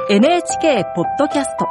NHK ポッドキャスト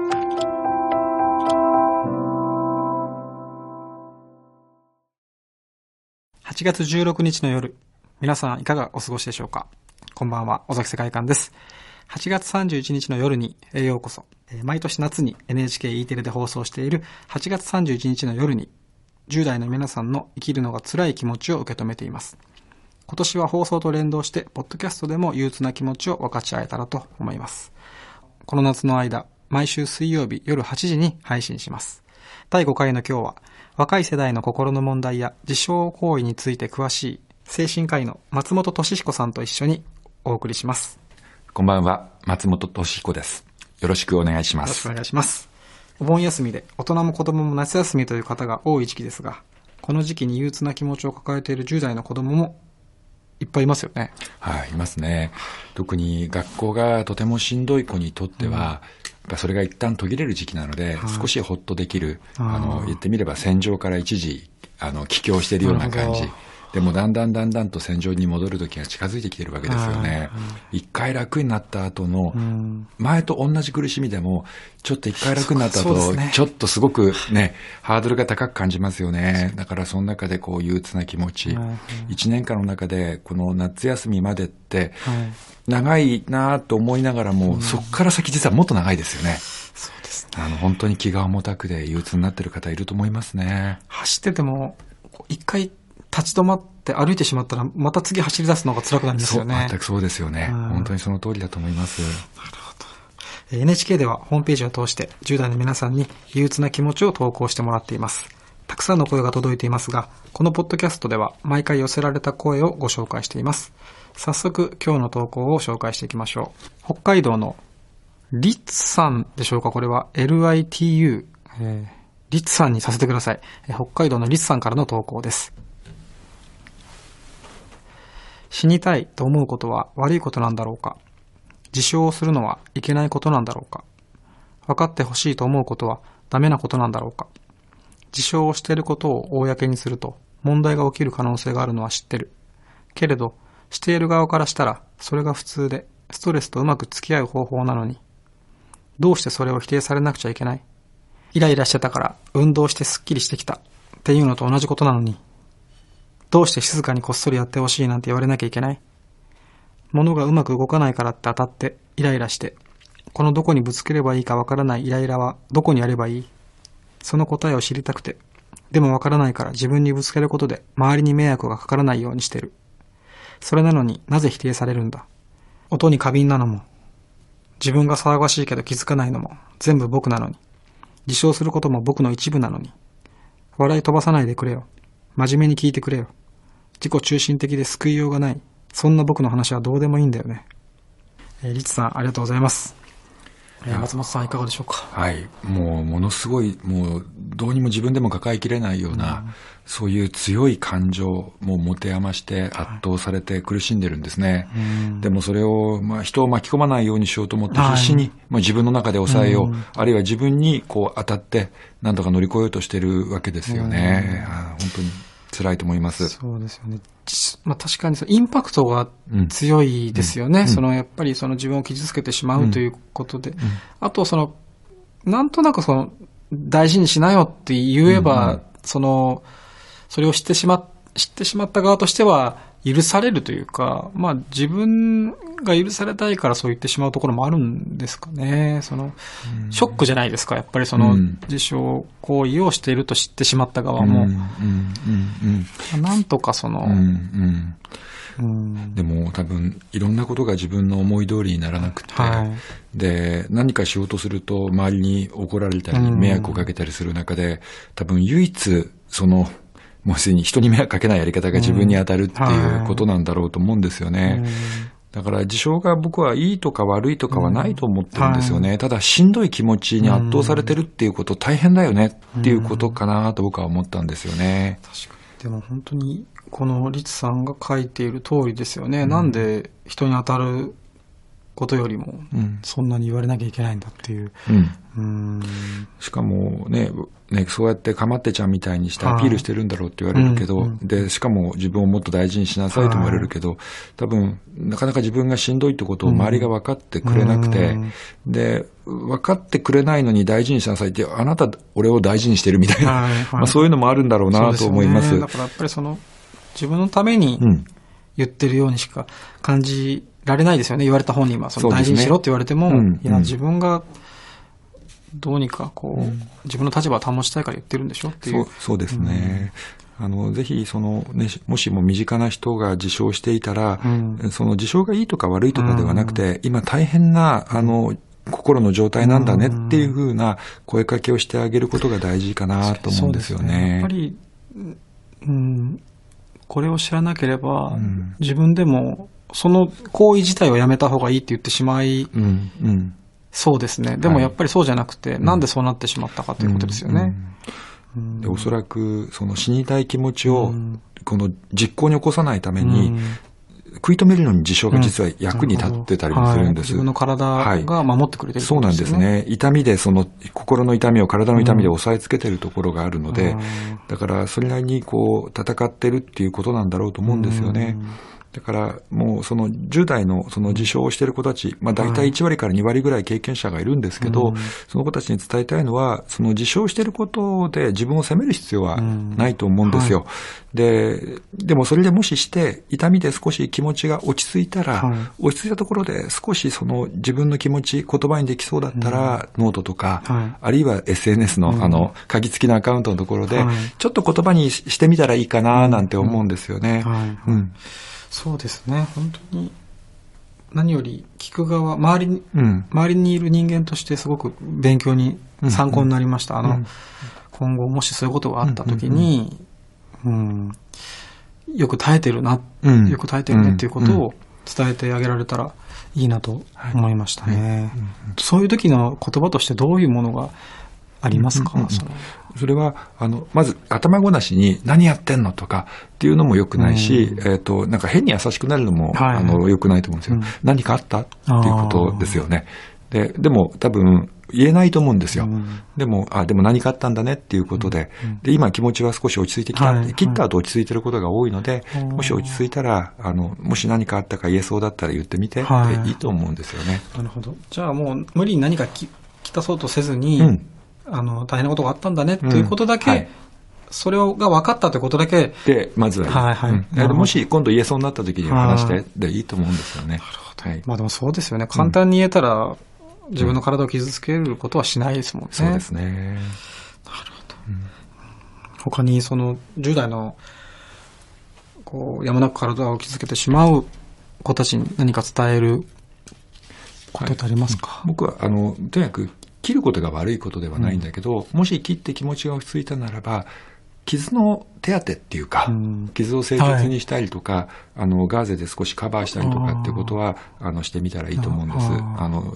8月16日の夜、皆さんいかがお過ごしでしょうか。こんばんは、尾崎世界観です。8月31日の夜にようこそ。毎年夏に NHKE テレで放送している8月31日の夜に10代の皆さんの生きるのが辛い気持ちを受け止めています。今年は放送と連動してポッドキャストでも憂鬱な気持ちを分かち合えたらと思います。この夏の間、毎週水曜日夜8時に配信します。第5回の今日は、若い世代の心の問題や自傷行為について詳しい精神科医の松本俊彦さんと一緒にお送りします。 こんばんは、松本俊彦です。よろしくお願いします。 よろしくお願いします。お盆休みで大人も子供も夏休みという方が多い時期ですが、この時期に憂鬱な気持ちを抱えている10代の子供もいっぱいいますよね。 はい、いますね。特に学校がとてもしんどい子にとっては、やっぱそれが一旦途切れる時期なので、少しほっとできる、言ってみれば戦場から一時帰郷しているような感じ。でもだんだんと戦場に戻る時が近づいてきているわけですよね。一回楽になった後の、前と同じ苦しみでもちょっと一回楽になった後、ちょっとすごくね、ハードルが高く感じますよね。だからその中でこう憂鬱な気持ち、1年間の中でこの夏休みまでって長いなと思いながらも、そこから先実はもっと長いですよね。 そうですね。 本当に気が重たくで憂鬱になっている方いると思いますね。 走ってても一回立ち止まって歩いてしまったら、また次走り出すのが辛くなりますよね。 全くそうですよね。本当にその通りだと思います。なるほど。NHK ではホームページを通して10代の皆さんに憂鬱な気持ちを投稿してもらっています。たくさんの声が届いていますが、このポッドキャストでは毎回寄せられた声をご紹介しています。早速今日の投稿を紹介していきましょう。北海道のリツさんでしょうか。これは LITU、リツさんにさせてください。北海道のリツさんからの投稿です。死にたいと思うことは悪いことなんだろうか。自傷をするのはいけないことなんだろうか。分かってほしいと思うことはダメなことなんだろうか。自傷をしていることを公にすると問題が起きる可能性があるのは知ってる。けれど、している側からしたらそれが普通でストレスとうまく付き合う方法なのに、どうしてそれを否定されなくちゃいけない。イライラしてたから運動してスッキリしてきたっていうのと同じことなのに、どうして静かにこっそりやってほしいなんて言われなきゃいけない。物がうまく動かないからって当たってイライラして、このどこにぶつければいいかわからないイライラはどこにやればいい。その答えを知りたくて、でもわからないから自分にぶつけることで周りに迷惑がかからないようにしてる。それなのになぜ否定されるんだ。音に過敏なのも、自分が騒がしいけど気づかないのも全部僕なのに、自傷することも僕の一部なのに、笑い飛ばさないでくれよ。真面目に聞いてくれよ。自己中心的で救いようがない。そんな僕の話はどうでもいいんだよね。リツさんありがとうございます。松本さんいかがでしょうか。 はい、ものすごい、もうどうにも自分でも抱えきれないような、そういう強い感情も持て余して圧倒されて苦しんでるんですね。でもそれを、人を巻き込まないようにしようと思って必死に、自分の中で抑えよう、あるいは自分にこう当たって何とか乗り越えようとしてるわけですよね。本当に辛いと思います。 そうですよね。確かにインパクトが強いですよね。やっぱり自分を傷つけてしまうということで、あとなんとなく大事にしなよって言えば、それを知ってしまった側としては許されるというか、自分が許されたいからそう言ってしまうところもあるんですかね。ショックじゃないですか。やっぱり自傷行為をしていると知ってしまった側も、なんとかでも多分いろんなことが自分の思い通りにならなくて、で何かしようとすると周りに怒られたり迷惑をかけたりする中で、多分唯一もうすでに人に迷惑かけないやり方が自分に当たるっていうことなんだろうと思うんですよね。だから自傷が僕はいいとか悪いとかはないと思ってるんですよね。ただしんどい気持ちに圧倒されてるっていうこと大変だよねっていうことかなと僕は思ったんですよね。 確かに。でも本当にこのリツさんが書いている通りですよね。なんで人に当たることよりも、そんなに言われなきゃいけないんだっていう。 しかもね、そうやってかまってちゃんみたいにしてアピールしてるんだろうって言われるけど、で、しかも自分をもっと大事にしなさいとも言われるけど、多分、なかなか自分がしんどいってことを周りが分かってくれなくて、で、分かってくれないのに大事にしなさいって、あなた、俺を大事にしてるみたいな、そういうのもあるんだろうなと思います。 だからやっぱり自分のために言ってるようにしか感じられないですよね。言われた本人は大事にしろって言われても、いや自分がどうにか自分の立場を保ちたいから言ってるんでしょっていう。 そうですね。ぜひもしも身近な人が自傷していたら、その自傷がいいとか悪いとかではなくて、今大変な心の状態なんだねっていうふうな声かけをしてあげることが大事かなと思うんですよね。 やっぱり、これを知らなければ、自分でもその行為自体をやめた方がいいって言ってしまい、そうですね。でもやっぱりそうじゃなくて、なんでそうなってしまったかということですよね。 でおそらくその死にたい気持ちをこの実行に起こさないために、食い止めるのに自傷が実は役に立ってたりもするんです。 自分の体が守ってくれてる、 そうなんですね。痛みで心の痛みを体の痛みで抑えつけてるところがあるので、だからそれなりに戦ってるっていうことなんだろうと思うんですよね。だからもう10代の自傷をしている子たち、大体1割から2割ぐらい経験者がいるんですけど、その子たちに伝えたいのは、自傷していることで自分を責める必要はないと思うんですよ。でもそれでもしして痛みで少し気持ちが落ち着いたら、落ち着いたところで少し自分の気持ち言葉にできそうだったら、ノートとか、あるいは SNS の鍵付きのアカウントのところで、ちょっと言葉にしてみたらいいかななんて思うんですよね。 そうですね。本当に何より聞く側、周りにいる人間としてすごく勉強に参考になりました。今後もしそういうことがあったときに、よく耐えてるな、よく耐えてるねっていうことを伝えてあげられたらいいなと思いましたね。そういう時の言葉としてどういうものがありますか？ それはまず頭ごなしに何やってんのとかっていうのも良くないし、なんか変に優しくなるのも良くないと思うんですよ。何かあったっていうことですよね。でも多分言えないと思うんですよ。でも何かあったんだねっていうことで、今気持ちは少し落ち着いてきた。切った後落ち着いてることが多いので、もし落ち着いたらもし何かあったか言えそうだったら言ってみていいと思うんですよね。 なるほど。じゃあもう無理に何かきたそうとせずに、大変なことがあったんだねということだけ、それが分かったということだけで、まずはもし今度言えそうになった時に話してでいいと思うんですよね。 なるほど。でもそうですよね。簡単に言えたら、自分の体を傷つけることはしないですもんね。 そうですね。なるほど。他に10代のやむなく体を傷つけてしまう子たちに何か伝えることってありますか？ 僕はとにかく切ることが悪いことではないんだけど、もし切って気持ちが落ち着いたならば、傷の手当てっていうか、傷を清潔にしたりとか、ガーゼで少しカバーしたりとかってことはしてみたらいいと思うんです。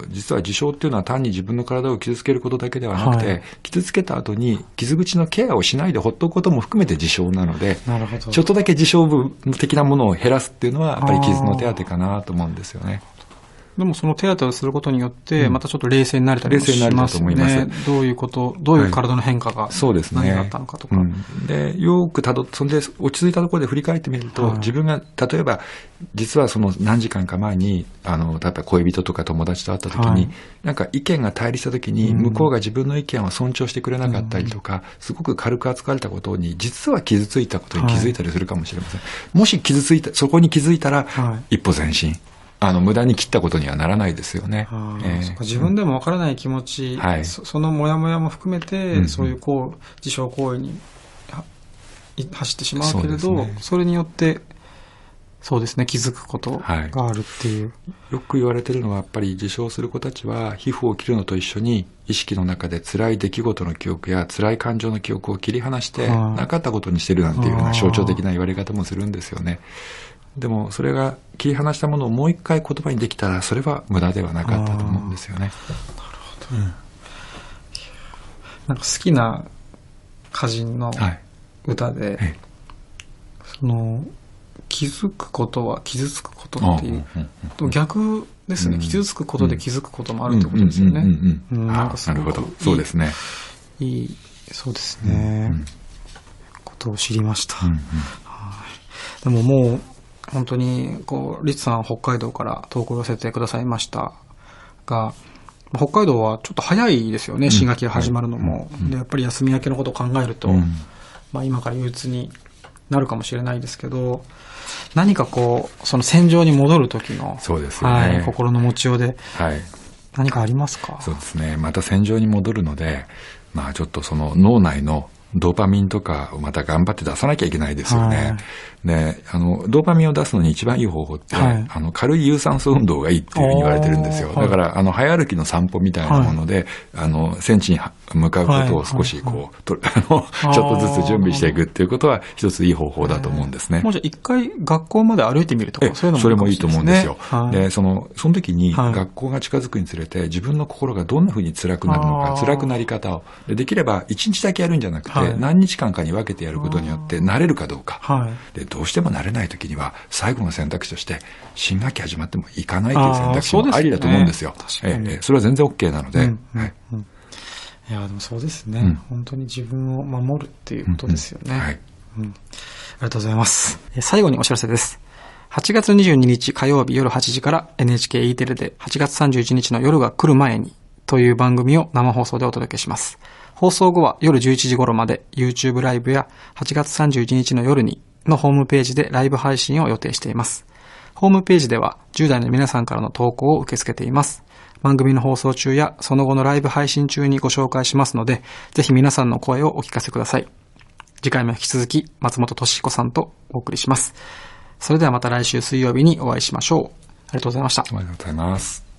実は自傷っていうのは単に自分の体を傷つけることだけではなくて、傷つけた後に傷口のケアをしないでほっとくことも含めて自傷なので、ちょっとだけ自傷部的なものを減らすっていうのはやっぱり傷の手当てかなと思うんですよね。 でもその手当てをすることによって、またちょっと冷静になれたりもしますね。どういう体の変化が何があったのかとか。 で、よくそんで落ち着いたところで振り返ってみると、自分が、例えば、実は何時間か前に、例えば恋人とか友達と会った時に、なんか意見が対立した時に、向こうが自分の意見を尊重してくれなかったりとか、すごく軽く扱われたことに、実は傷ついたことに気づいたりするかもしれません。もしそこに気づいたら、一歩前進。無駄に切ったことにはならないですよね。 自分でもわからない気持ち、そのモヤモヤも含めて、そういう自傷行為に走ってしまうけれど、それによって、そうですね、気づくことがあるっていう。 よく言われてるのは、やっぱり自傷する子たちは、皮膚を切るのと一緒に、意識の中で辛い出来事の記憶や辛い感情の記憶を切り離して、なかったことにしてるなんていうような象徴的な言われ方もするんですよね。でもそれが切り離したものをもう一回言葉にできたら、それは無駄ではなかったと思うんですよね。なるほど。なんか好きな歌人の歌で、気づくことは傷つくことっていう、逆ですね。傷つくことで気づくこともあるってことですよね。なんかすごくなるほど。そうですね。 いい、そうですね。ことを知りました。でももう、本当に、リツさん北海道から投稿を寄せてくださいましたが、北海道はちょっと早いですよね、新学期が始まるのも。で、やっぱり休み明けのことを考えると、今から憂鬱になるかもしれないですけど、何かその戦場に戻る時の、 そうですよね。 心の持ちようで、何かありますか？ そうですね。また戦場に戻るので、ちょっとその脳内のドーパミンとかをまた頑張って出さなきゃいけないですよね。で、ドーパミンを出すのに一番いい方法って、軽い有酸素運動がいいっていうふうに言われてるんですよ。だから、早歩きの散歩みたいなもので、戦地に向かうことを少しちょっとずつ準備していくっていうことは一ついい方法だと思うんですね。 もうじゃあ一回学校まで歩いてみるとか、そういうのもいいかもしれないですね。 それもいいと思うんですよ。で、その時に学校が近づくにつれて、自分の心がどんなふうに辛くなるのか、辛くなり方を、できれば1日だけやるんじゃなくて、何日間かに分けてやることによって慣れるかどうか。で、どうしても慣れないときには、最後の選択肢として、新学期始まっても行かないという選択肢もありだと思うんですよ。それは全然 OK なので。 いや、でもそうですね。本当に自分を守るっていうことですよね。ありがとうございます。最後にお知らせです。8月22日火曜日夜8時から NHKE テレで8月31日の夜が来る前にという番組を生放送でお届けします。放送後は夜11時頃まで YouTube ライブや8月31日の夜にのホームページでライブ配信を予定しています。ホームページでは10代の皆さんからの投稿を受け付けています。番組の放送中やその後のライブ配信中にご紹介しますので、ぜひ皆さんの声をお聞かせください。次回も引き続き松本俊彦さんとお送りします。それではまた来週水曜日にお会いしましょう。ありがとうございました。 ありがとうございます。